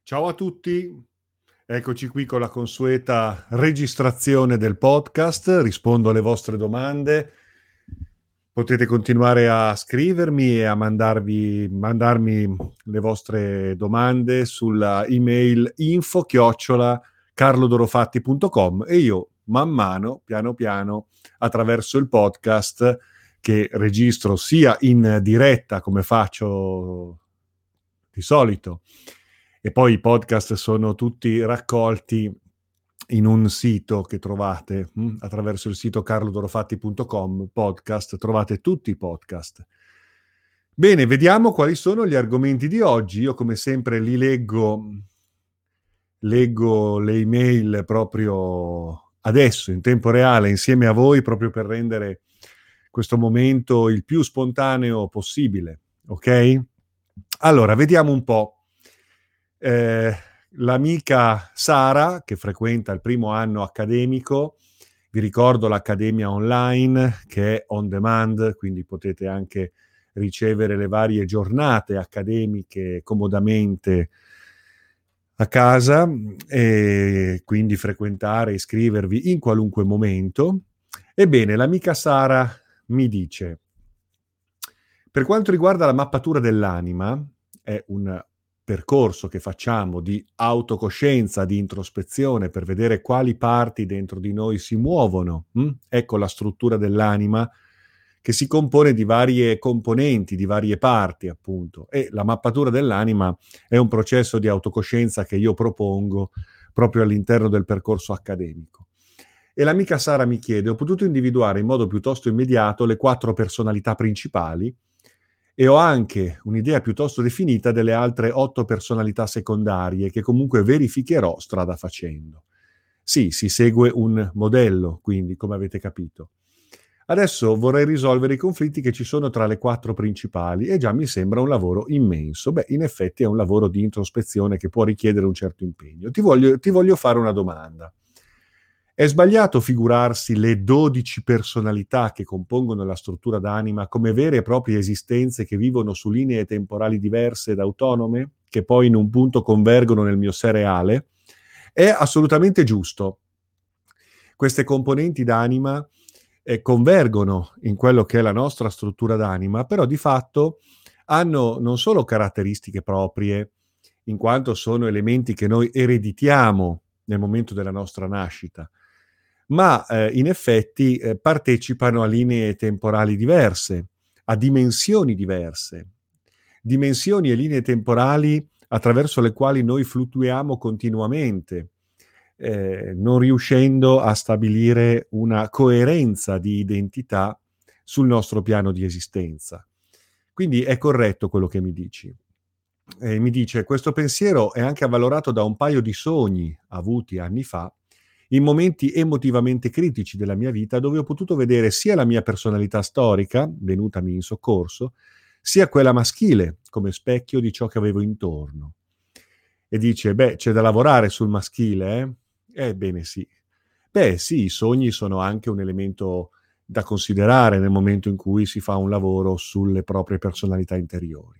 Ciao a tutti, eccoci qui con la consueta registrazione del podcast, rispondo alle vostre domande. Potete continuare a scrivermi e a mandarmi le vostre domande sulla email info@carlodorofatti.com e io man mano, piano piano, attraverso il podcast che registro sia in diretta come faccio di solito, e poi i podcast sono tutti raccolti in un sito che trovate attraverso il sito carlodorofatti.com podcast, trovate tutti i podcast. Bene, vediamo quali sono gli argomenti di oggi. Io come sempre li leggo le email proprio adesso, in tempo reale, insieme a voi, proprio per rendere questo momento il più spontaneo possibile, ok? Allora, vediamo un po'. L'amica Sara, che frequenta il primo anno accademico, vi ricordo l'Accademia Online che è on demand, quindi potete anche ricevere le varie giornate accademiche comodamente a casa e quindi frequentare e iscrivervi in qualunque momento. Ebbene, l'amica Sara mi dice: per quanto riguarda la mappatura dell'anima, è un percorso che facciamo di autocoscienza, di introspezione per vedere quali parti dentro di noi si muovono. Ecco la struttura dell'anima, che si compone di varie componenti, di varie parti, appunto. E la mappatura dell'anima è un processo di autocoscienza che io propongo proprio all'interno del percorso accademico. E l'amica Sara mi chiede: ho potuto individuare in modo piuttosto immediato le 4 personalità principali e ho anche un'idea piuttosto definita delle altre 8 personalità secondarie che comunque verificherò strada facendo. Sì, si segue un modello, quindi, come avete capito. Adesso vorrei risolvere i conflitti che ci sono tra le 4 principali e già mi sembra un lavoro immenso. Beh, in effetti è un lavoro di introspezione che può richiedere un certo impegno. Ti voglio fare una domanda. È sbagliato figurarsi le 12 personalità che compongono la struttura d'anima come vere e proprie esistenze che vivono su linee temporali diverse ed autonome, che poi in un punto convergono nel mio sé reale? È assolutamente giusto. Queste componenti d'anima convergono in quello che è la nostra struttura d'anima, però di fatto hanno non solo caratteristiche proprie, in quanto sono elementi che noi ereditiamo nel momento della nostra nascita, ma in effetti partecipano a linee temporali diverse, a dimensioni diverse, dimensioni e linee temporali attraverso le quali noi fluttuiamo continuamente, non riuscendo a stabilire una coerenza di identità sul nostro piano di esistenza. Quindi è corretto quello che mi dici. Mi dice: questo pensiero è anche avvalorato da un paio di sogni avuti anni fa, in momenti emotivamente critici della mia vita, dove ho potuto vedere sia la mia personalità storica, venutami in soccorso, sia quella maschile, come specchio di ciò che avevo intorno. E dice: beh, c'è da lavorare sul maschile, eh? Ebbene sì. Beh sì, i sogni sono anche un elemento da considerare nel momento in cui si fa un lavoro sulle proprie personalità interiori.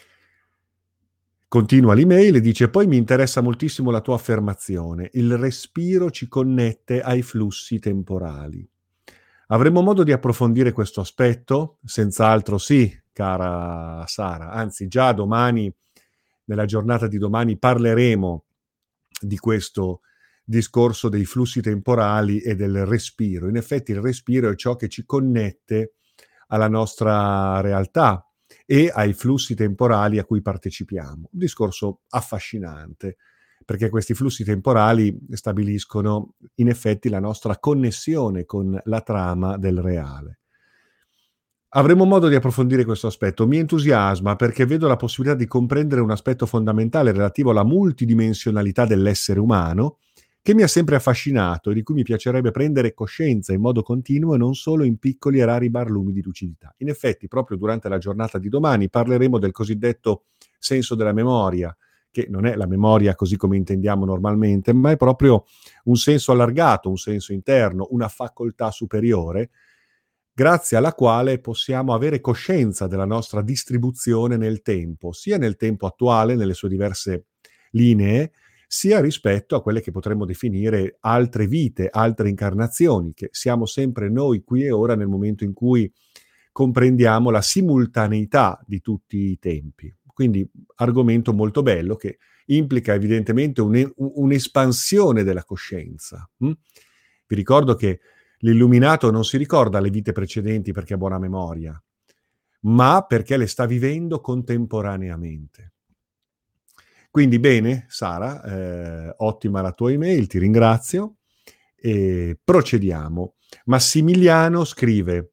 Continua l'email e dice: poi mi interessa moltissimo la tua affermazione. Il respiro ci connette ai flussi temporali. Avremo modo di approfondire questo aspetto? Senz'altro sì, cara Sara. Anzi, già domani, nella giornata di domani, parleremo di questo discorso dei flussi temporali e del respiro. In effetti il respiro è ciò che ci connette alla nostra realtà e ai flussi temporali a cui partecipiamo. Un discorso affascinante, perché questi flussi temporali stabiliscono in effetti la nostra connessione con la trama del reale. Avremo modo di approfondire questo aspetto. Mi entusiasma perché vedo la possibilità di comprendere un aspetto fondamentale relativo alla multidimensionalità dell'essere umano, che mi ha sempre affascinato e di cui mi piacerebbe prendere coscienza in modo continuo e non solo in piccoli e rari barlumi di lucidità. In effetti, proprio durante la giornata di domani parleremo del cosiddetto senso della memoria, che non è la memoria così come intendiamo normalmente, ma è proprio un senso allargato, un senso interno, una facoltà superiore, grazie alla quale possiamo avere coscienza della nostra distribuzione nel tempo, sia nel tempo attuale, nelle sue diverse linee, sia rispetto a quelle che potremmo definire altre vite, altre incarnazioni, che siamo sempre noi qui e ora nel momento in cui comprendiamo la simultaneità di tutti i tempi. Quindi argomento molto bello che implica evidentemente un'espansione della coscienza. Vi ricordo che l'illuminato non si ricorda le vite precedenti perché ha buona memoria, ma perché le sta vivendo contemporaneamente. Quindi bene, Sara, ottima la tua email, ti ringrazio. E procediamo. Massimiliano scrive: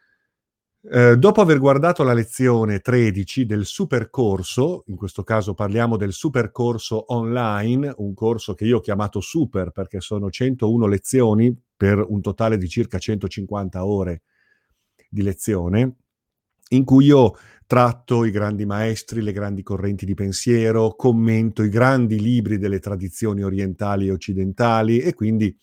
dopo aver guardato la lezione 13 del supercorso, in questo caso parliamo del supercorso online, un corso che io ho chiamato super perché sono 101 lezioni per un totale di circa 150 ore di lezione, in cui io tratto i grandi maestri, le grandi correnti di pensiero, commento i grandi libri delle tradizioni orientali e occidentali e quindi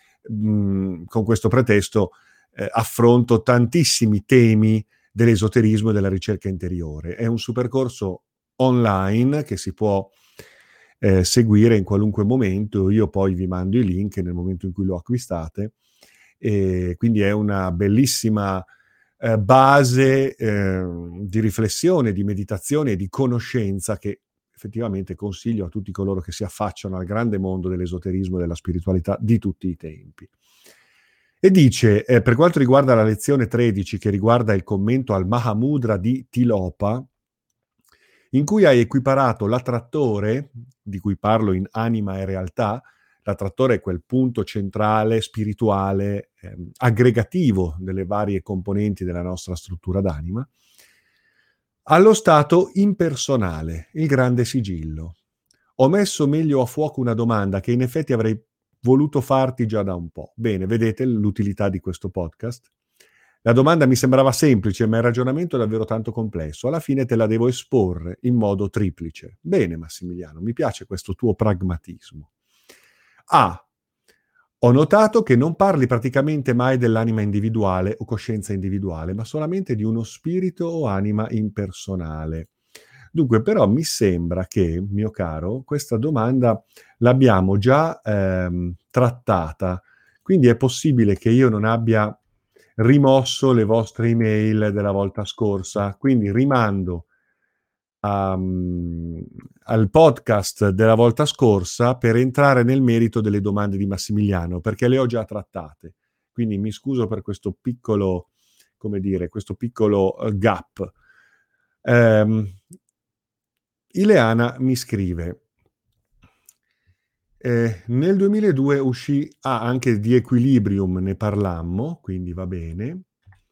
con questo pretesto affronto tantissimi temi dell'esoterismo e della ricerca interiore. È un supercorso online che si può seguire in qualunque momento. Io poi vi mando i link nel momento in cui lo acquistate. E quindi è una bellissima base di riflessione, di meditazione e di conoscenza che effettivamente consiglio a tutti coloro che si affacciano al grande mondo dell'esoterismo e della spiritualità di tutti i tempi. E dice, per quanto riguarda la lezione 13, che riguarda il commento al Mahamudra di Tilopa, in cui hai equiparato l'attrattore, di cui parlo in Anima e Realtà, l'attrattore è quel punto centrale, spirituale, aggregativo delle varie componenti della nostra struttura d'anima, allo stato impersonale, il grande sigillo. Ho messo meglio a fuoco una domanda che in effetti avrei voluto farti già da un po'. Bene, vedete l'utilità di questo podcast? La domanda mi sembrava semplice, ma il ragionamento è davvero tanto complesso. Alla fine te la devo esporre in modo triplice. Bene, Massimiliano, mi piace questo tuo pragmatismo. A. Ho notato che non parli praticamente mai dell'anima individuale o coscienza individuale, ma solamente di uno spirito o anima impersonale. Dunque, però, mi sembra che, mio caro, questa domanda l'abbiamo già trattata, quindi è possibile che io non abbia rimosso le vostre email della volta scorsa, quindi rimando al podcast della volta scorsa per entrare nel merito delle domande di Massimiliano, perché le ho già trattate. Quindi mi scuso per questo piccolo, come dire, questo piccolo gap. Ileana mi scrive: nel 2002 uscì, anche di Equilibrium ne parlammo, quindi va bene.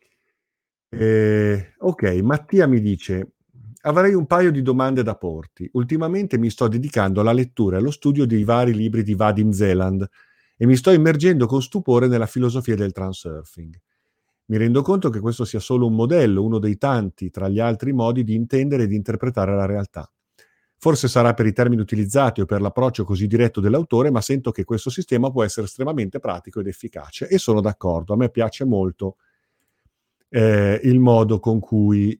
Ok, Mattia mi dice: avrei un paio di domande da porti. Ultimamente mi sto dedicando alla lettura e allo studio dei vari libri di Vadim Zeland e mi sto immergendo con stupore nella filosofia del transurfing. Mi rendo conto che questo sia solo un modello, uno dei tanti tra gli altri modi di intendere e di interpretare la realtà. Forse sarà per i termini utilizzati o per l'approccio così diretto dell'autore, ma sento che questo sistema può essere estremamente pratico ed efficace e sono d'accordo. A me piace molto il modo con cui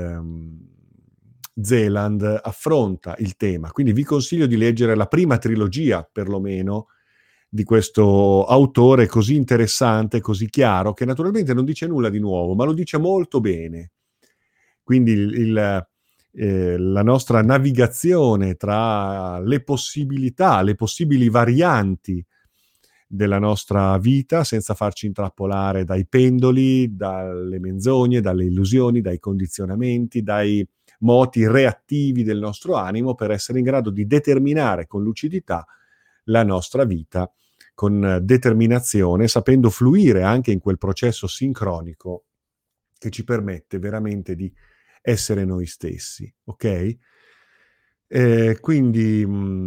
Zeland affronta il tema. Quindi vi consiglio di leggere la prima trilogia, perlomeno, di questo autore così interessante, così chiaro, che naturalmente non dice nulla di nuovo, ma lo dice molto bene. Quindi la nostra navigazione tra le possibilità, le possibili varianti della nostra vita, senza farci intrappolare dai pendoli, dalle menzogne, dalle illusioni, dai condizionamenti, dai moti reattivi del nostro animo, per essere in grado di determinare con lucidità la nostra vita, con determinazione, sapendo fluire anche in quel processo sincronico che ci permette veramente di essere noi stessi, ok? Quindi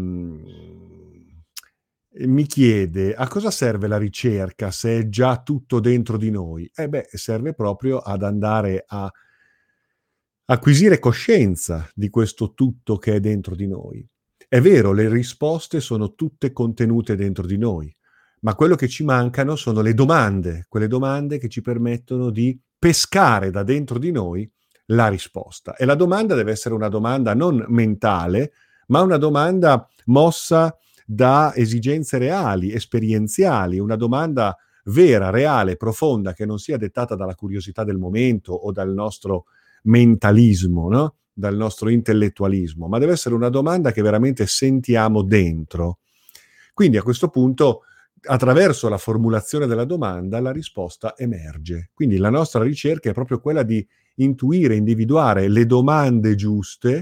mi chiede: a cosa serve la ricerca se è già tutto dentro di noi? Serve proprio ad andare a acquisire coscienza di questo tutto che è dentro di noi. È vero, le risposte sono tutte contenute dentro di noi, ma quello che ci mancano sono le domande, quelle domande che ci permettono di pescare da dentro di noi la risposta. E la domanda deve essere una domanda non mentale, ma una domanda mossa da esigenze reali, esperienziali, una domanda vera, reale, profonda, che non sia dettata dalla curiosità del momento o dal nostro mentalismo, no? Dal nostro intellettualismo, ma deve essere una domanda che veramente sentiamo dentro. Quindi a questo punto, attraverso la formulazione della domanda, la risposta emerge. Quindi la nostra ricerca è proprio quella di intuire, individuare le domande giuste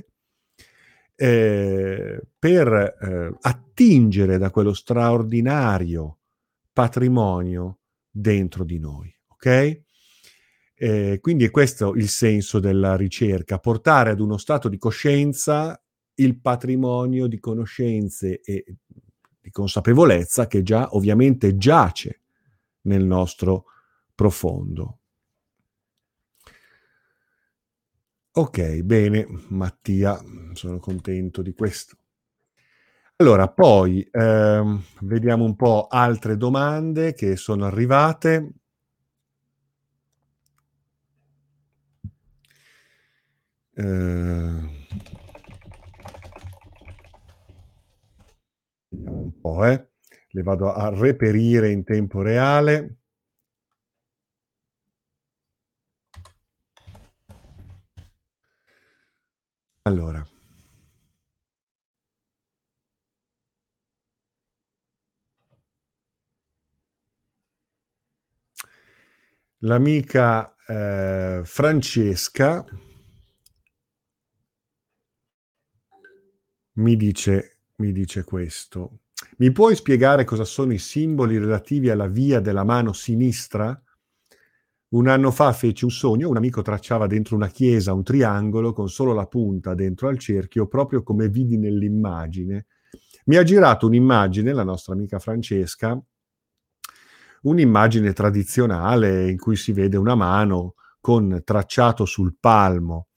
per attingere da quello straordinario patrimonio dentro di noi, ok? Quindi è questo il senso della ricerca, portare ad uno stato di coscienza il patrimonio di conoscenze e di consapevolezza che già ovviamente giace nel nostro profondo. Ok, bene, Mattia, sono contento di questo. Allora, poi vediamo un po' altre domande che sono arrivate. Vediamo un po', le vado a reperire in tempo reale. Allora. L'amica Francesca mi dice questo. Mi puoi spiegare cosa sono i simboli relativi alla via della mano sinistra? Un anno fa feci un sogno, un amico tracciava dentro una chiesa un triangolo con solo la punta dentro al cerchio, proprio come vidi nell'immagine. Mi ha girato un'immagine, la nostra amica Francesca, un'immagine tradizionale in cui si vede una mano con tracciato sul palmo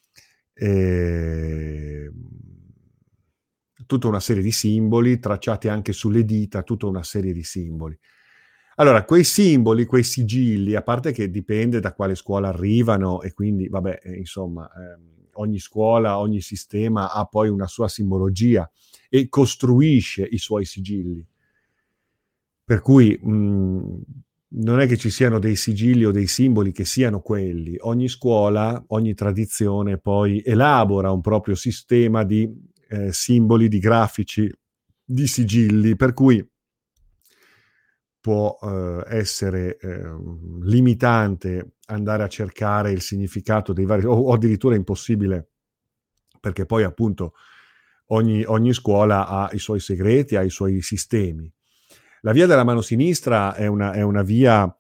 tutta una serie di simboli, tracciati anche sulle dita, tutta una serie di simboli. Allora, quei simboli, quei sigilli, a parte che dipende da quale scuola arrivano e quindi, vabbè, insomma, ogni scuola, ogni sistema ha poi una sua simbologia e costruisce i suoi sigilli. Per cui non è che ci siano dei sigilli o dei simboli che siano quelli. Ogni scuola, ogni tradizione poi elabora un proprio sistema di simboli, di grafici, di sigilli, per cui può essere limitante andare a cercare il significato dei vari, o addirittura impossibile, perché poi appunto ogni scuola ha i suoi segreti, ha i suoi sistemi. La via della mano sinistra è una via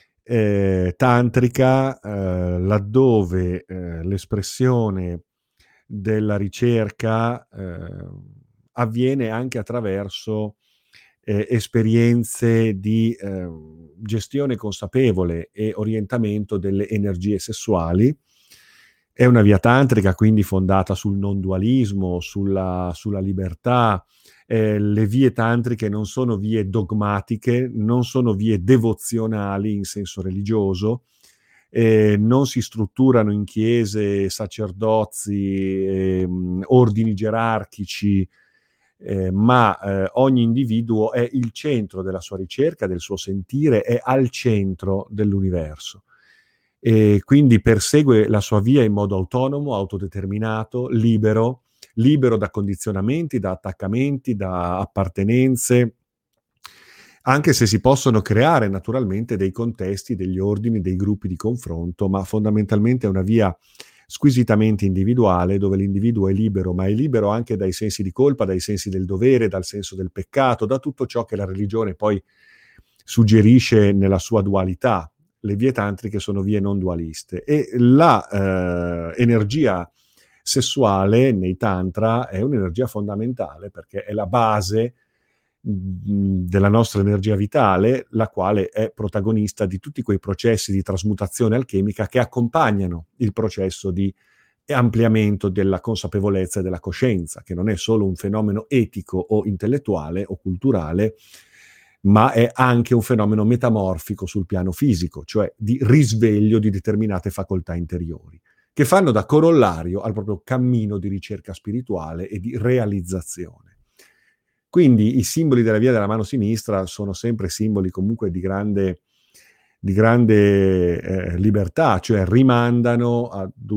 tantrica laddove l'espressione della ricerca avviene anche attraverso esperienze di gestione consapevole e orientamento delle energie sessuali. È una via tantrica quindi fondata sul non dualismo, sulla libertà. Le vie tantriche non sono vie dogmatiche, non sono vie devozionali in senso religioso, non si strutturano in chiese, sacerdozi, ordini gerarchici, ma ogni individuo è il centro della sua ricerca, del suo sentire, è al centro dell'universo. E quindi persegue la sua via in modo autonomo, autodeterminato, libero da condizionamenti, da attaccamenti, da appartenenze, anche se si possono creare naturalmente dei contesti, degli ordini, dei gruppi di confronto, ma fondamentalmente è una via squisitamente individuale, dove l'individuo è libero, ma è libero anche dai sensi di colpa, dai sensi del dovere, dal senso del peccato, da tutto ciò che la religione poi suggerisce nella sua dualità. Le vie tantriche sono vie non dualiste e la energia sessuale nei tantra è un'energia fondamentale perché è la base della nostra energia vitale, la quale è protagonista di tutti quei processi di trasmutazione alchemica che accompagnano il processo di ampliamento della consapevolezza e della coscienza, che non è solo un fenomeno etico o intellettuale o culturale, ma è anche un fenomeno metamorfico sul piano fisico, cioè di risveglio di determinate facoltà interiori, che fanno da corollario al proprio cammino di ricerca spirituale e di realizzazione. Quindi i simboli della via della mano sinistra sono sempre simboli comunque di grande libertà, cioè rimandano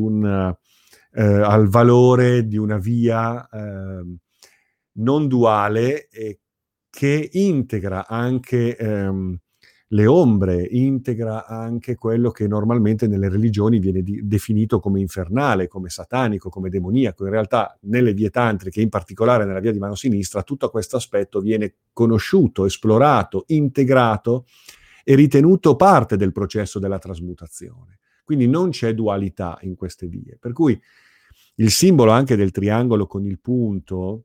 al valore di una via non duale che integra anche le ombre, integra anche quello che normalmente nelle religioni viene definito come infernale, come satanico, come demoniaco. In realtà nelle vie tantriche, in particolare nella via di mano sinistra, tutto questo aspetto viene conosciuto, esplorato, integrato e ritenuto parte del processo della trasmutazione. Quindi non c'è dualità in queste vie. Per cui il simbolo anche del triangolo con il punto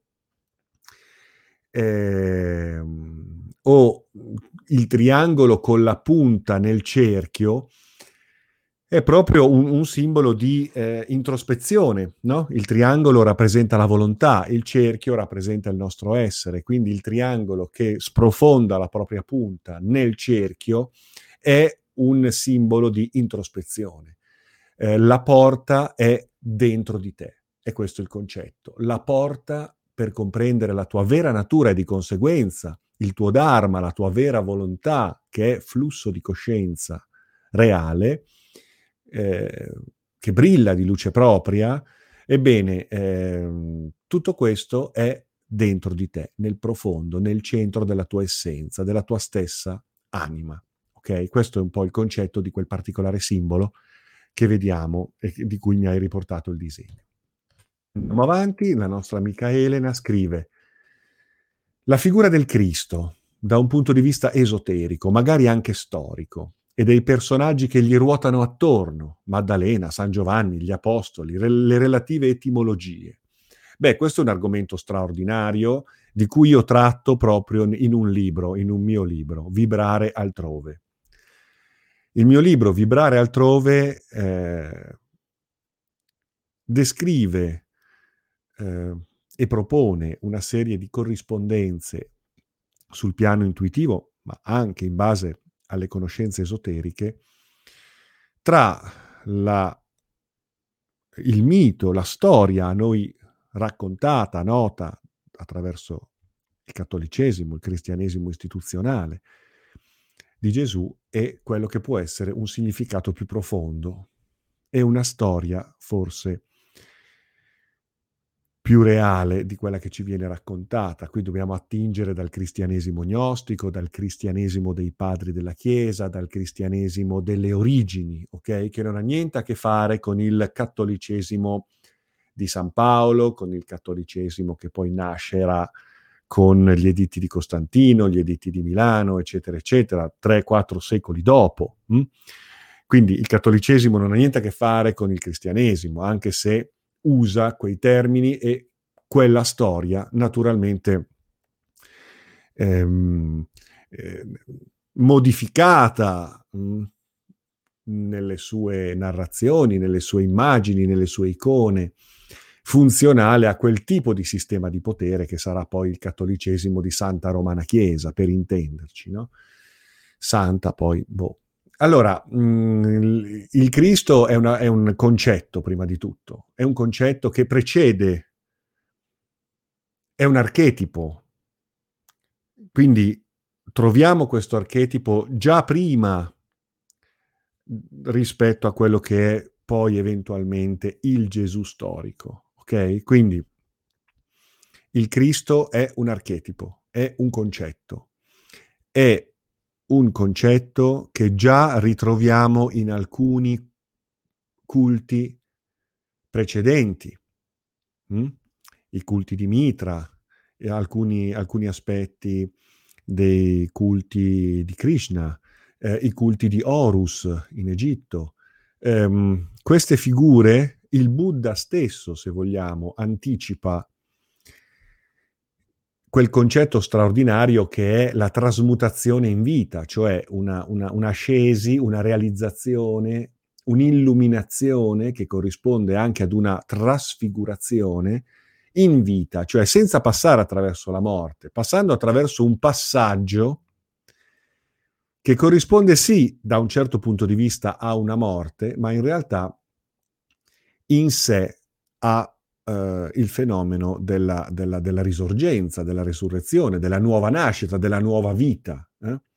o il triangolo con la punta nel cerchio è proprio un simbolo di introspezione, no? Il triangolo rappresenta la volontà, il cerchio rappresenta il nostro essere, quindi il triangolo che sprofonda la propria punta nel cerchio è un simbolo di introspezione. La porta è dentro di te, è questo il concetto. La porta, per comprendere la tua vera natura e di conseguenza il tuo dharma, la tua vera volontà, che è flusso di coscienza reale, che brilla di luce propria, ebbene, tutto questo è dentro di te, nel profondo, nel centro della tua essenza, della tua stessa anima. Ok? Questo è un po' il concetto di quel particolare simbolo che vediamo e di cui mi hai riportato il disegno. Andiamo avanti, la nostra amica Elena scrive: la figura del Cristo, da un punto di vista esoterico, magari anche storico, e dei personaggi che gli ruotano attorno, Maddalena, San Giovanni, gli Apostoli, le relative etimologie. Beh, questo è un argomento straordinario di cui io tratto proprio in un libro, in un mio libro, Vibrare altrove. Il mio libro, Vibrare altrove, descrive e propone una serie di corrispondenze sul piano intuitivo, ma anche in base alle conoscenze esoteriche, tra il mito, la storia a noi raccontata, nota attraverso il cattolicesimo, il cristianesimo istituzionale di Gesù e quello che può essere un significato più profondo e una storia forse più reale di quella che ci viene raccontata. Qui dobbiamo attingere dal cristianesimo gnostico, dal cristianesimo dei padri della Chiesa, dal cristianesimo delle origini, ok? Che non ha niente a che fare con il cattolicesimo di San Paolo, con il cattolicesimo che poi nascerà con gli editti di Costantino, gli editti di Milano, eccetera, eccetera, 3-4 secoli dopo. Quindi il cattolicesimo non ha niente a che fare con il cristianesimo, anche se usa quei termini e quella storia naturalmente modificata nelle sue narrazioni, nelle sue immagini, nelle sue icone, funzionale a quel tipo di sistema di potere che sarà poi il cattolicesimo di Santa Romana Chiesa, per intenderci, no? Santa poi, boh. Allora, il Cristo è un concetto, prima di tutto, è un concetto che precede, è un archetipo. Quindi troviamo questo archetipo già prima rispetto a quello che è poi eventualmente il Gesù storico, ok? Quindi il Cristo è un archetipo, è un concetto che già ritroviamo in alcuni culti precedenti, i culti di Mitra e alcuni aspetti dei culti di Krishna, i culti di Horus in Egitto. Queste figure, il Buddha stesso, se vogliamo, anticipa quel concetto straordinario che è la trasmutazione in vita, cioè un'ascesi, una realizzazione, un'illuminazione che corrisponde anche ad una trasfigurazione in vita, cioè senza passare attraverso la morte, passando attraverso un passaggio che corrisponde sì, da un certo punto di vista, a una morte, ma in realtà in sé ha il fenomeno della risorgenza, della resurrezione, della nuova nascita, della nuova vita.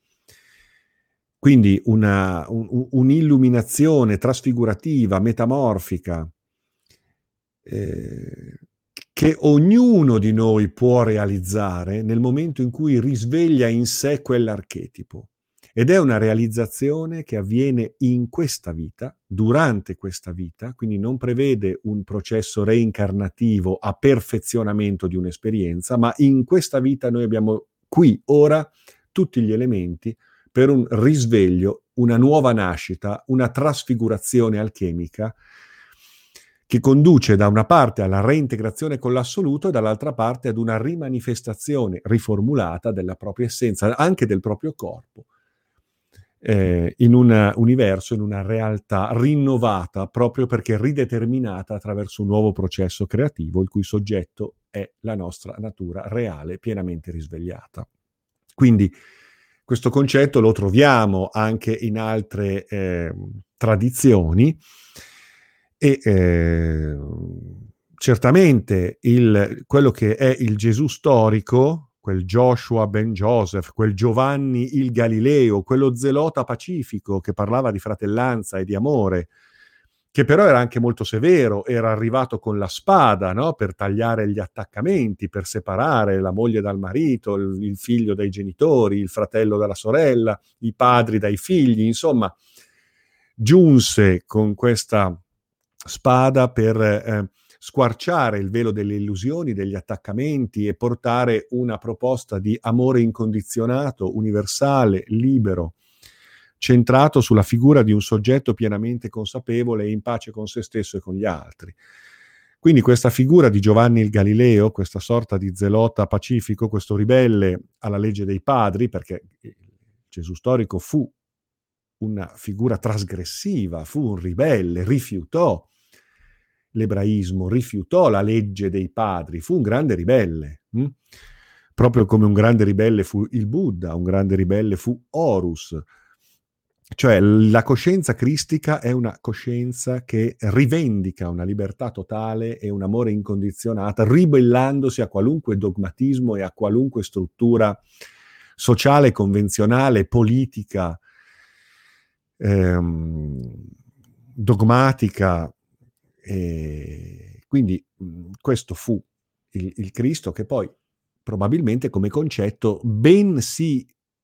Quindi un'illuminazione trasfigurativa, metamorfica, che ognuno di noi può realizzare nel momento in cui risveglia in sé quell'archetipo. Ed è una realizzazione che avviene in questa vita, durante questa vita, quindi non prevede un processo reincarnativo a perfezionamento di un'esperienza, ma in questa vita noi abbiamo qui, ora, tutti gli elementi per un risveglio, una nuova nascita, una trasfigurazione alchemica che conduce da una parte alla reintegrazione con l'assoluto e dall'altra parte ad una rimanifestazione riformulata della propria essenza, anche del proprio corpo, in un universo, in una realtà rinnovata, proprio perché rideterminata attraverso un nuovo processo creativo, il cui soggetto è la nostra natura reale, pienamente risvegliata. Quindi questo concetto lo troviamo anche in altre tradizioni e certamente quello che è il Gesù storico, quel Joshua ben Joseph, quel Giovanni il Galileo, quello zelota pacifico che parlava di fratellanza e di amore, che però era anche molto severo, era arrivato con la spada, no? Per tagliare gli attaccamenti, per separare la moglie dal marito, il figlio dai genitori, il fratello dalla sorella, i padri dai figli, insomma, giunse con questa spada per squarciare il velo delle illusioni, degli attaccamenti e portare una proposta di amore incondizionato, universale, libero, centrato sulla figura di un soggetto pienamente consapevole e in pace con se stesso e con gli altri. Quindi questa figura di Giovanni il Galileo, questa sorta di zelota pacifico, questo ribelle alla legge dei padri, perché Gesù storico fu una figura trasgressiva, fu un ribelle, rifiutò l'ebraismo, rifiutò la legge dei padri, fu un grande ribelle. Proprio come un grande ribelle fu il Buddha, un grande ribelle fu Horus. Cioè la coscienza cristica è una coscienza che rivendica una libertà totale e un amore incondizionato, ribellandosi a qualunque dogmatismo e a qualunque struttura sociale, convenzionale, politica, dogmatica. Quindi questo fu il Cristo che poi probabilmente come concetto ben si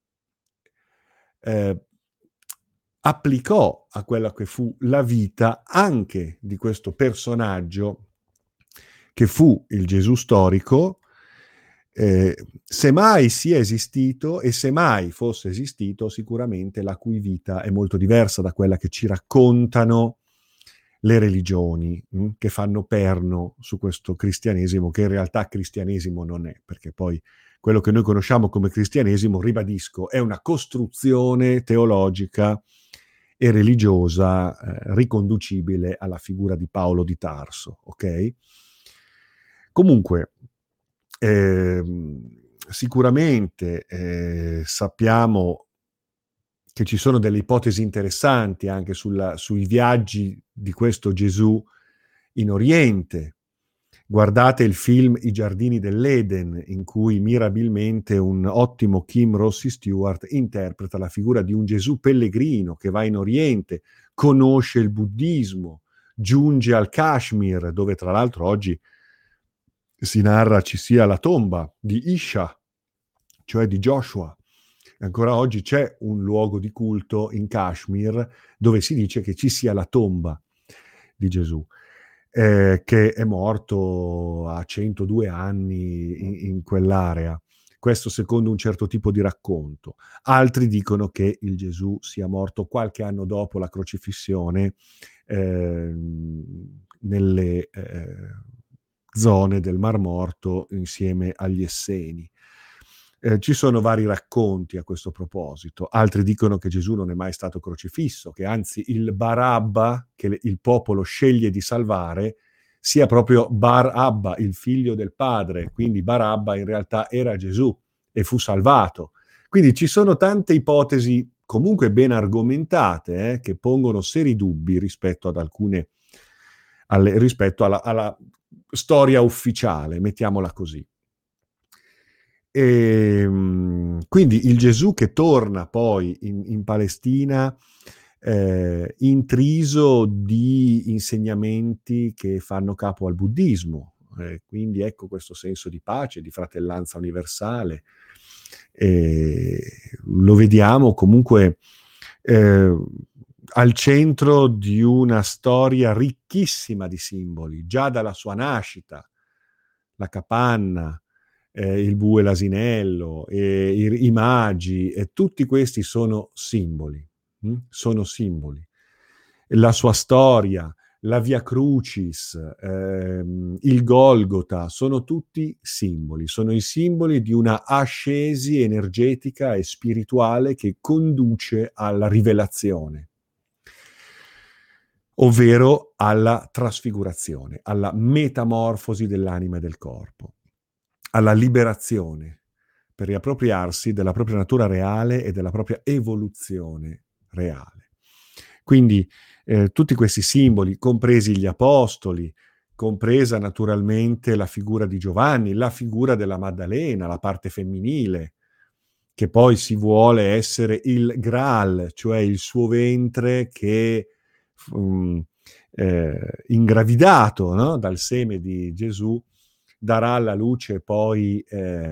applicò a quella che fu la vita anche di questo personaggio che fu il Gesù storico, se mai sia esistito e se mai fosse esistito, sicuramente la cui vita è molto diversa da quella che ci raccontano le religioni, che fanno perno su questo cristianesimo, che in realtà cristianesimo non è, perché poi quello che noi conosciamo come cristianesimo, ribadisco, è una costruzione teologica e religiosa riconducibile alla figura di Paolo di Tarso, ok? Comunque, sicuramente sappiamo che ci sono delle ipotesi interessanti anche sui viaggi di questo Gesù in Oriente. Guardate il film I giardini dell'Eden, in cui mirabilmente un ottimo Kim Rossi Stewart interpreta la figura di un Gesù pellegrino che va in Oriente, conosce il buddismo, giunge al Kashmir, dove tra l'altro oggi si narra ci sia la tomba di Isha, cioè di Joshua. Ancora oggi c'è un luogo di culto in Kashmir dove si dice che ci sia la tomba di Gesù, che è morto a 102 anni in quell'area. Questo secondo un certo tipo di racconto. Altri dicono che il Gesù sia morto qualche anno dopo la crocifissione nelle zone del Mar Morto insieme agli Esseni. Ci sono vari racconti a questo proposito. Altri dicono che Gesù non è mai stato crocifisso, che anzi il Barabba, che il popolo sceglie di salvare, sia proprio Bar Abba, il figlio del padre. Quindi Barabba in realtà era Gesù e fu salvato. Quindi ci sono tante ipotesi comunque ben argomentate, che pongono seri dubbi rispetto ad rispetto alla storia ufficiale, mettiamola così. Quindi il Gesù che torna poi in Palestina, intriso di insegnamenti che fanno capo al buddismo. Quindi ecco questo senso di pace, di fratellanza universale. Lo vediamo comunque al centro di una storia ricchissima di simboli, già dalla sua nascita, la capanna, il bue e l'asinello, i magi, e tutti questi sono simboli, sono simboli. La sua storia, la Via Crucis, il Golgota, sono tutti simboli, sono i simboli di una ascesi energetica e spirituale che conduce alla rivelazione, ovvero alla trasfigurazione, alla metamorfosi dell'anima e del corpo, alla liberazione per riappropriarsi della propria natura reale e della propria evoluzione reale. Quindi tutti questi simboli, compresi gli apostoli, compresa naturalmente la figura di Giovanni, la figura della Maddalena, la parte femminile, che poi si vuole essere il Graal, cioè il suo ventre che ingravidato, no? Dal seme di Gesù, darà alla luce poi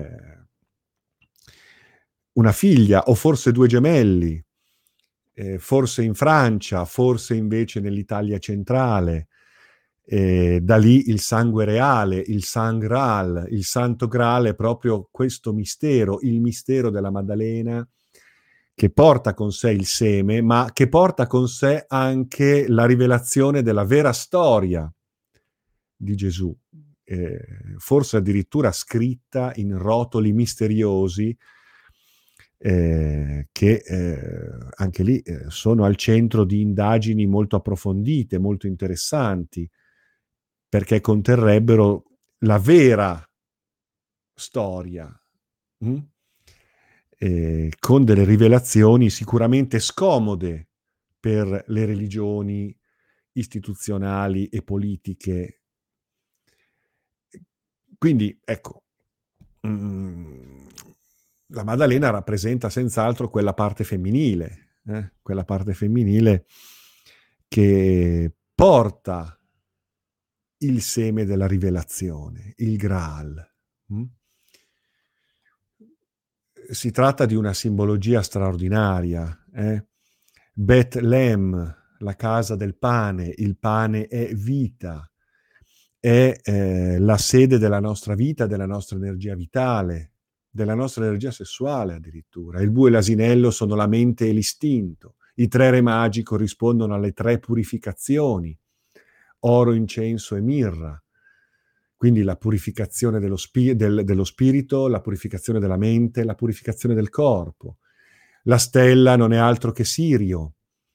una figlia, o forse 2 gemelli, forse in Francia, forse invece nell'Italia centrale. Da lì il sangue reale, il San Graal, il Santo Graal è proprio questo mistero, il mistero della Maddalena, che porta con sé il seme, ma che porta con sé anche la rivelazione della vera storia di Gesù, forse addirittura scritta in rotoli misteriosi, che anche lì sono al centro di indagini molto approfondite, molto interessanti, perché conterrebbero la vera storia, con delle rivelazioni sicuramente scomode per le religioni istituzionali e politiche. Quindi, ecco, la Maddalena rappresenta senz'altro quella parte femminile che porta il seme della rivelazione, il Graal. Si tratta di una simbologia straordinaria. Betlem, la casa del pane, il pane è vita, è la sede della nostra vita, della nostra energia vitale, della nostra energia sessuale addirittura. Il bue e l'asinello sono la mente e l'istinto. I 3 re magi corrispondono alle 3 purificazioni, oro, incenso e mirra. Quindi la purificazione dello spirito, la purificazione della mente, la purificazione del corpo. La stella non è altro che Sirio.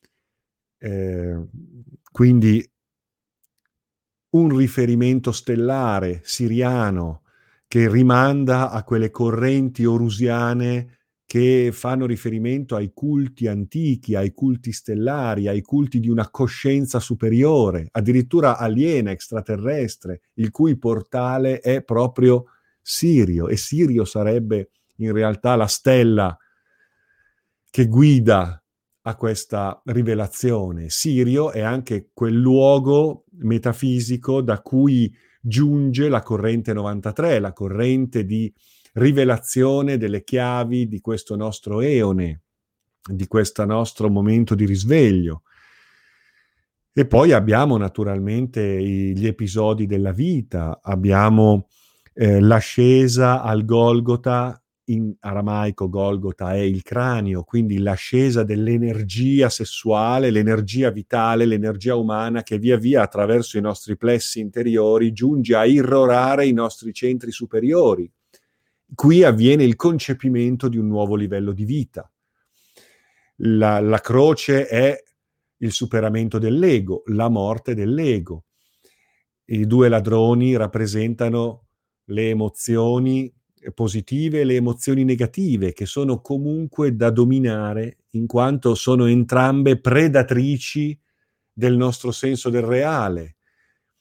Quindi un riferimento stellare siriano che rimanda a quelle correnti orusiane che fanno riferimento ai culti antichi, ai culti stellari, ai culti di una coscienza superiore, addirittura aliena, extraterrestre, il cui portale è proprio Sirio, e Sirio sarebbe in realtà la stella che guida a questa rivelazione. Sirio è anche quel luogo metafisico da cui giunge la corrente 93, la corrente di rivelazione delle chiavi di questo nostro eone, di questo nostro momento di risveglio. E poi abbiamo naturalmente gli episodi della vita, abbiamo l'ascesa al Golgota. In aramaico Golgota è il cranio, quindi l'ascesa dell'energia sessuale, l'energia vitale, l'energia umana che via via attraverso i nostri plessi interiori giunge a irrorare i nostri centri superiori. Qui avviene il concepimento di un nuovo livello di vita. La croce è il superamento dell'ego, la morte dell'ego. I 2 ladroni rappresentano le emozioni positive e le emozioni negative, che sono comunque da dominare, in quanto sono entrambe predatrici del nostro senso del reale.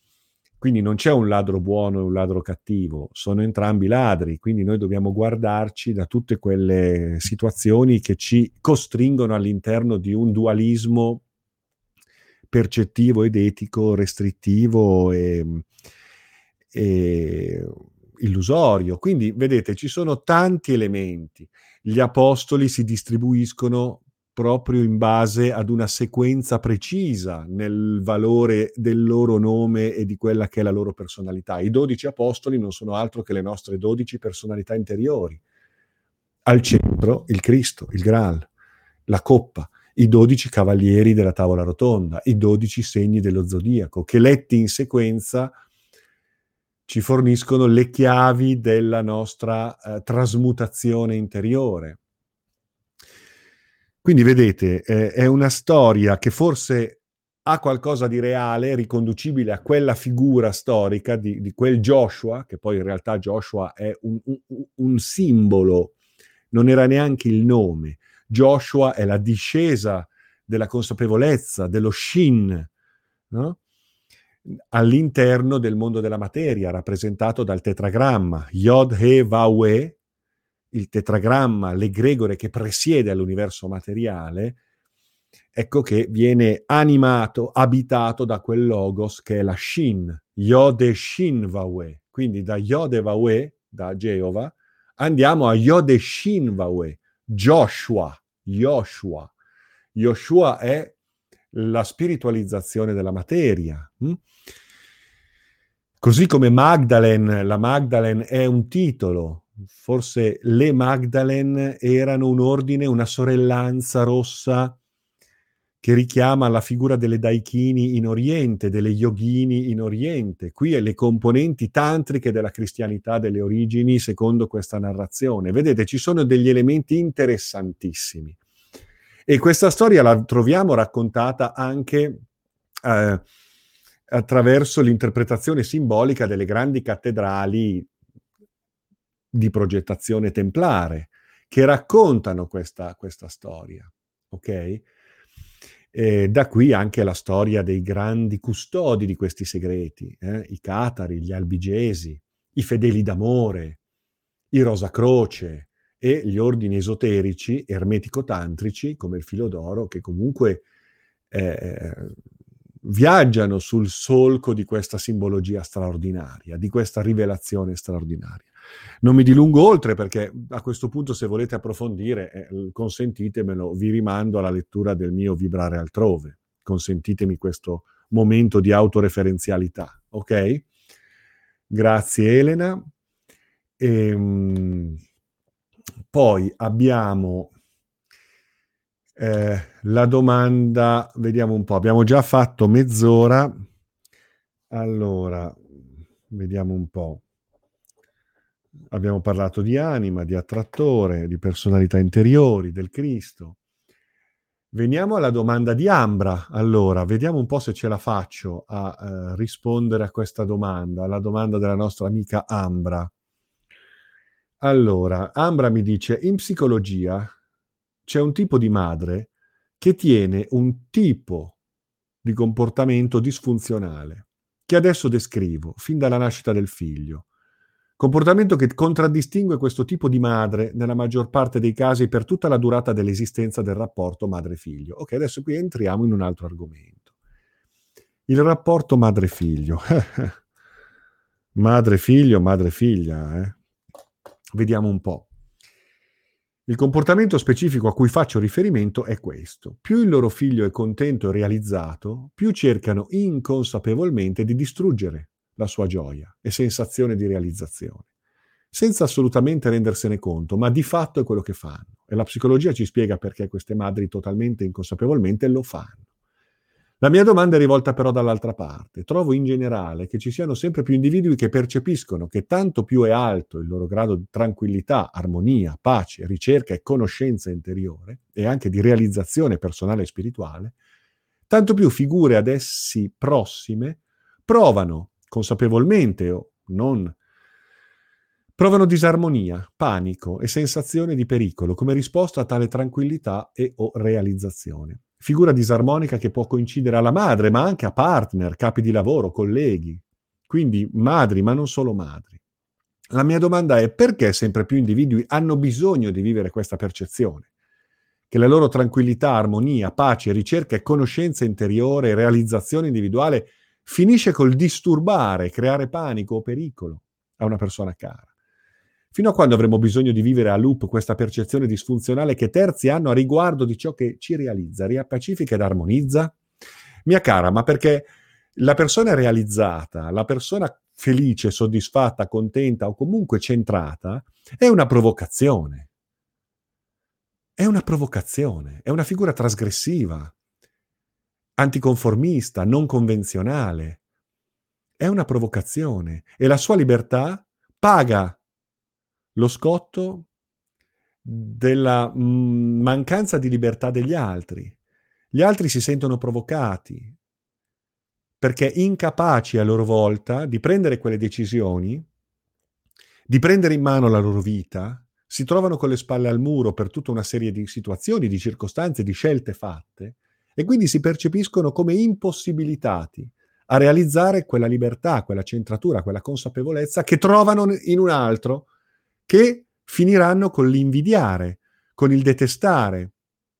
Quindi non c'è un ladro buono e un ladro cattivo, sono entrambi ladri, quindi noi dobbiamo guardarci da tutte quelle situazioni che ci costringono all'interno di un dualismo percettivo ed etico, restrittivo e illusorio. Quindi, vedete, ci sono tanti elementi. Gli apostoli si distribuiscono proprio in base ad una sequenza precisa nel valore del loro nome e di quella che è la loro personalità. I 12 apostoli non sono altro che le nostre 12 personalità interiori. Al centro il Cristo, il Graal, la coppa, i 12 cavalieri della tavola rotonda, i 12 segni dello zodiaco, che letti in sequenza ci forniscono le chiavi della nostra trasmutazione interiore. Quindi vedete, è una storia che forse ha qualcosa di reale, riconducibile a quella figura storica di quel Joshua, che poi in realtà Joshua è un simbolo, non era neanche il nome. Joshua è la discesa della consapevolezza, dello Shin, no? All'interno del mondo della materia, rappresentato dal tetragramma Yod He Vawe, il tetragramma, l'egregore che presiede all'universo materiale, ecco che viene animato, abitato da quel logos che è la Shin, Yod e Shin Vawe. Quindi da Yod e Vawe, da Geova, andiamo a Yod e Shin Vawe, Joshua. Yoshua è la spiritualizzazione della materia. Così come Magdalene, la Magdalene è un titolo. Forse le Magdalene erano un ordine, una sorellanza rossa che richiama la figura delle Daichini in Oriente, delle Yogini in Oriente. Qui è le componenti tantriche della cristianità delle origini secondo questa narrazione. Vedete, ci sono degli elementi interessantissimi. E questa storia la troviamo raccontata anche attraverso l'interpretazione simbolica delle grandi cattedrali di progettazione templare, che raccontano questa storia, ok? Da qui anche la storia dei grandi custodi di questi segreti, i catari, gli albigesi, i fedeli d'amore, i rosacroce e gli ordini esoterici ermetico-tantrici, come il filo d'oro, che comunque viaggiano sul solco di questa simbologia straordinaria, di questa rivelazione straordinaria. Non mi dilungo oltre perché a questo punto, se volete approfondire, consentitemelo, vi rimando alla lettura del mio Vibrare altrove. Consentitemi questo momento di autoreferenzialità, ok? Grazie Elena. Poi abbiamo la domanda, vediamo un po', abbiamo già fatto mezz'ora, allora vediamo un po'. Abbiamo parlato di anima, di attrattore, di personalità interiori, del Cristo. Veniamo alla domanda di Ambra. Allora, vediamo un po' se ce la faccio a rispondere a questa domanda, alla domanda della nostra amica Ambra. Allora, Ambra mi dice, in psicologia c'è un tipo di madre che tiene un tipo di comportamento disfunzionale, che adesso descrivo, fin dalla nascita del figlio. Comportamento che contraddistingue questo tipo di madre nella maggior parte dei casi per tutta la durata dell'esistenza del rapporto madre-figlio. Ok, adesso qui entriamo in un altro argomento. Il rapporto madre-figlio. Madre-figlia, Vediamo un po'. Il comportamento specifico a cui faccio riferimento è questo. Più il loro figlio è contento e realizzato, più cercano inconsapevolmente di distruggere la sua gioia e sensazione di realizzazione, senza assolutamente rendersene conto, ma di fatto è quello che fanno. E la psicologia ci spiega perché queste madri totalmente inconsapevolmente lo fanno. La mia domanda è rivolta però dall'altra parte. Trovo in generale che ci siano sempre più individui che percepiscono che tanto più è alto il loro grado di tranquillità, armonia, pace, ricerca e conoscenza interiore, e anche di realizzazione personale e spirituale, tanto più figure ad essi prossime provano, consapevolmente o non, provano disarmonia, panico e sensazione di pericolo come risposta a tale tranquillità e o realizzazione. Figura disarmonica che può coincidere alla madre, ma anche a partner, capi di lavoro, colleghi, quindi madri, ma non solo madri. La mia domanda è: perché sempre più individui hanno bisogno di vivere questa percezione? Che la loro tranquillità, armonia, pace, ricerca e conoscenza interiore, realizzazione individuale finisce col disturbare, creare panico o pericolo a una persona cara. Fino a quando avremo bisogno di vivere a loop questa percezione disfunzionale che terzi hanno a riguardo di ciò che ci realizza, riappacifica ed armonizza? Mia cara, ma perché la persona realizzata, la persona felice, soddisfatta, contenta o comunque centrata è una provocazione. È una provocazione, è una figura trasgressiva, anticonformista, non convenzionale. È una provocazione e la sua libertà paga lo scotto della mancanza di libertà degli altri. Gli altri si sentono provocati perché incapaci a loro volta di prendere quelle decisioni, di prendere in mano la loro vita, si trovano con le spalle al muro per tutta una serie di situazioni, di circostanze, di scelte fatte e quindi si percepiscono come impossibilitati a realizzare quella libertà, quella centratura, quella consapevolezza che trovano in un altro, che finiranno con l'invidiare, con il detestare,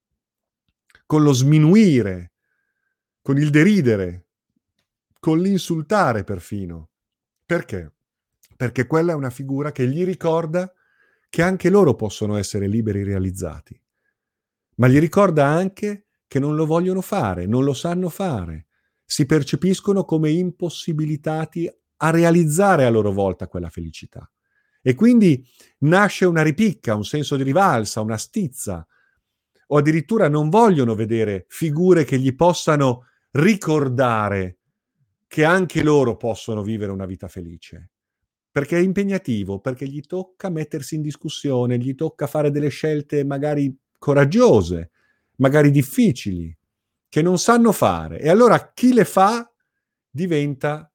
con lo sminuire, con il deridere, con l'insultare perfino. Perché? Perché quella è una figura che gli ricorda che anche loro possono essere liberi e realizzati, ma gli ricorda anche che non lo vogliono fare, non lo sanno fare, si percepiscono come impossibilitati a realizzare a loro volta quella felicità. E quindi nasce una ripicca, un senso di rivalsa, una stizza, o addirittura non vogliono vedere figure che gli possano ricordare che anche loro possono vivere una vita felice. Perché è impegnativo, perché gli tocca mettersi in discussione, gli tocca fare delle scelte magari coraggiose, magari difficili, che non sanno fare. E allora chi le fa diventa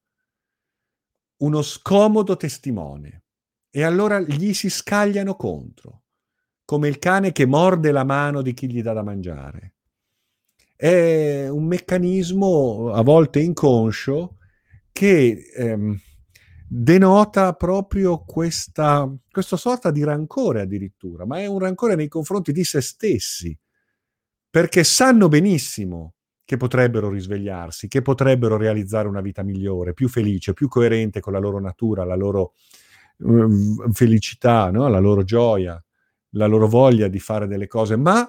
uno scomodo testimone. E allora gli si scagliano contro, come il cane che morde la mano di chi gli dà da mangiare. È un meccanismo a volte inconscio che denota proprio questa sorta di rancore addirittura, ma è un rancore nei confronti di se stessi, perché sanno benissimo che potrebbero risvegliarsi, che potrebbero realizzare una vita migliore, più felice, più coerente con la loro natura, la loro felicità, no? La loro gioia, la loro voglia di fare delle cose, ma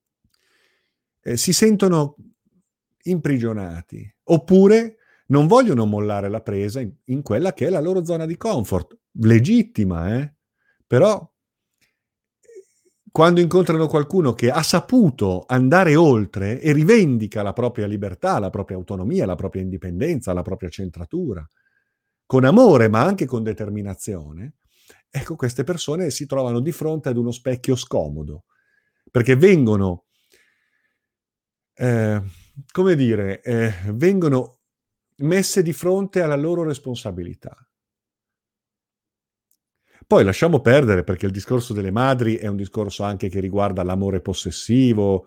si sentono imprigionati, oppure non vogliono mollare la presa in quella che è la loro zona di comfort, legittima, però quando incontrano qualcuno che ha saputo andare oltre e rivendica la propria libertà, la propria autonomia, la propria indipendenza, la propria centratura, con amore ma anche con determinazione, ecco, queste persone si trovano di fronte ad uno specchio scomodo, perché vengono, come dire, vengono messe di fronte alla loro responsabilità. Poi lasciamo perdere, perché il discorso delle madri è un discorso anche che riguarda l'amore possessivo,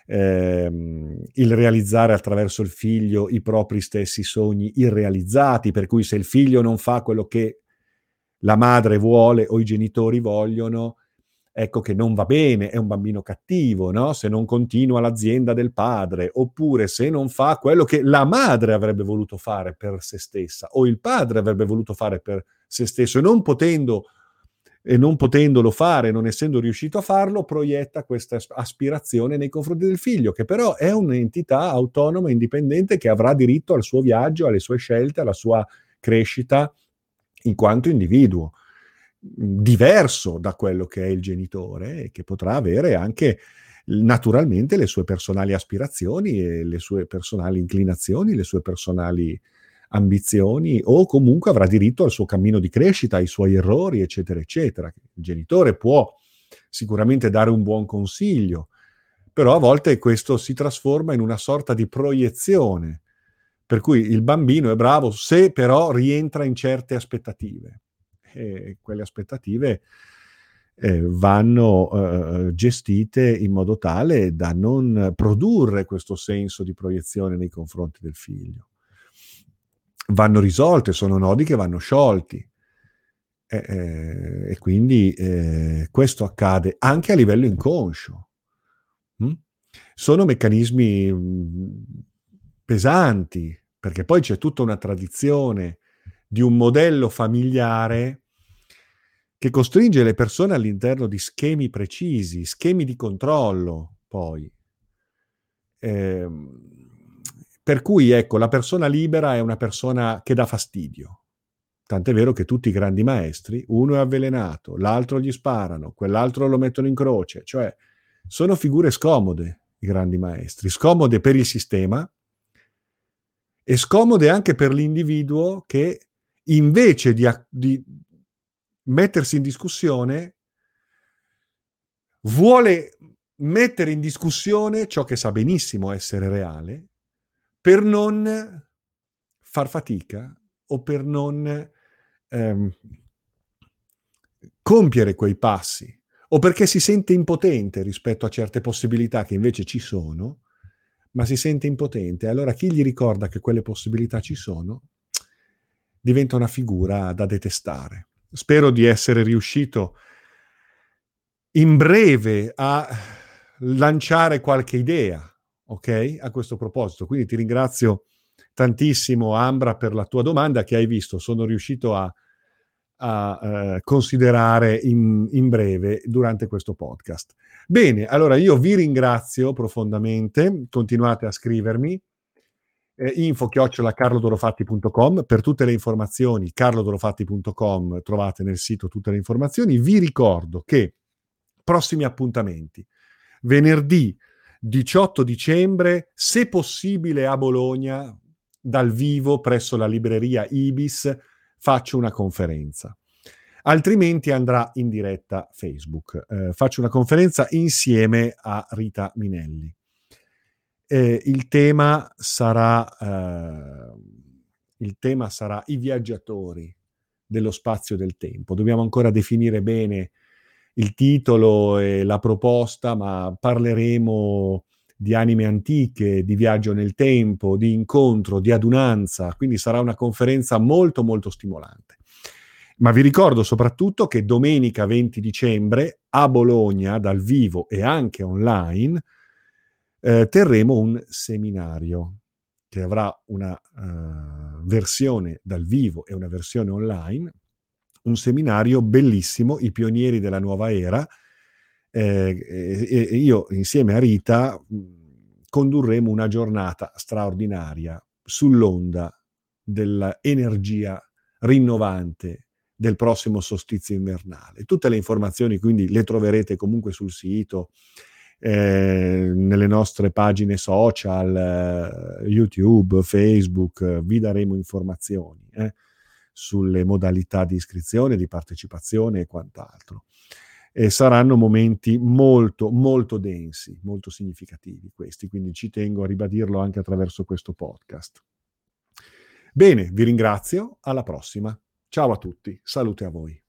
il realizzare attraverso il figlio i propri stessi sogni irrealizzati, per cui se il figlio non fa quello che la madre vuole o i genitori vogliono, ecco che non va bene, è un bambino cattivo, no? Se non continua l'azienda del padre, oppure se non fa quello che la madre avrebbe voluto fare per se stessa, o il padre avrebbe voluto fare per se stesso, e non potendolo fare, non essendo riuscito a farlo, proietta questa aspirazione nei confronti del figlio, che però è un'entità autonoma, indipendente, che avrà diritto al suo viaggio, alle sue scelte, alla sua crescita in quanto individuo, diverso da quello che è il genitore, e che potrà avere anche naturalmente le sue personali aspirazioni e le sue personali inclinazioni, le sue personali ambizioni, o comunque avrà diritto al suo cammino di crescita, ai suoi errori, eccetera, eccetera. Il genitore può sicuramente dare un buon consiglio, però a volte questo si trasforma in una sorta di proiezione, per cui il bambino è bravo se però rientra in certe aspettative, e quelle aspettative vanno gestite in modo tale da non produrre questo senso di proiezione nei confronti del figlio. vanno risolte, sono nodi che vanno sciolti. E quindi questo accade anche a livello inconscio. Sono meccanismi pesanti, perché poi c'è tutta una tradizione di un modello familiare che costringe le persone all'interno di schemi precisi, schemi di controllo, poi. Per cui, ecco, la persona libera è una persona che dà fastidio. Tant'è vero che tutti i grandi maestri, uno è avvelenato, l'altro gli sparano, quell'altro lo mettono in croce, cioè sono figure scomode, i grandi maestri, scomode per il sistema e scomode anche per l'individuo che invece di mettersi in discussione vuole mettere in discussione ciò che sa benissimo essere reale per non far fatica o per non compiere quei passi, o perché si sente impotente rispetto a certe possibilità che invece ci sono, ma si sente impotente. Allora chi gli ricorda che quelle possibilità ci sono diventa una figura da detestare. Spero di essere riuscito in breve a lanciare qualche idea, ok? A questo proposito. Quindi ti ringrazio tantissimo, Ambra, per la tua domanda che hai visto. Sono riuscito a considerare in breve durante questo podcast. Bene, allora io vi ringrazio profondamente, continuate a scrivermi, info@carlodorofatti.com per tutte le informazioni, carlodorofatti.com, trovate nel sito tutte le informazioni. Vi ricordo che prossimi appuntamenti, venerdì 18 dicembre, se possibile a Bologna, dal vivo presso la libreria Ibis, faccio una conferenza. Altrimenti andrà in diretta Facebook. Faccio una conferenza insieme a Rita Minelli. Il tema sarà i viaggiatori dello spazio e del tempo. Dobbiamo ancora definire bene il titolo e la proposta, ma parleremo di anime antiche, di viaggio nel tempo, di incontro, di adunanza, quindi sarà una conferenza molto molto stimolante. Ma vi ricordo soprattutto che domenica 20 dicembre a Bologna, dal vivo e anche online, terremo un seminario che avrà una versione dal vivo e una versione online, un seminario bellissimo, i pionieri della nuova era, e io insieme a Rita condurremo una giornata straordinaria sull'onda dell'energia rinnovante del prossimo solstizio invernale. Tutte le informazioni quindi le troverete comunque sul sito, nelle nostre pagine social, YouTube, Facebook, vi daremo informazioni sulle modalità di iscrizione, di partecipazione e quant'altro. E saranno momenti molto, molto densi, molto significativi questi, quindi ci tengo a ribadirlo anche attraverso questo podcast. Bene, vi ringrazio, alla prossima. Ciao a tutti, salute a voi.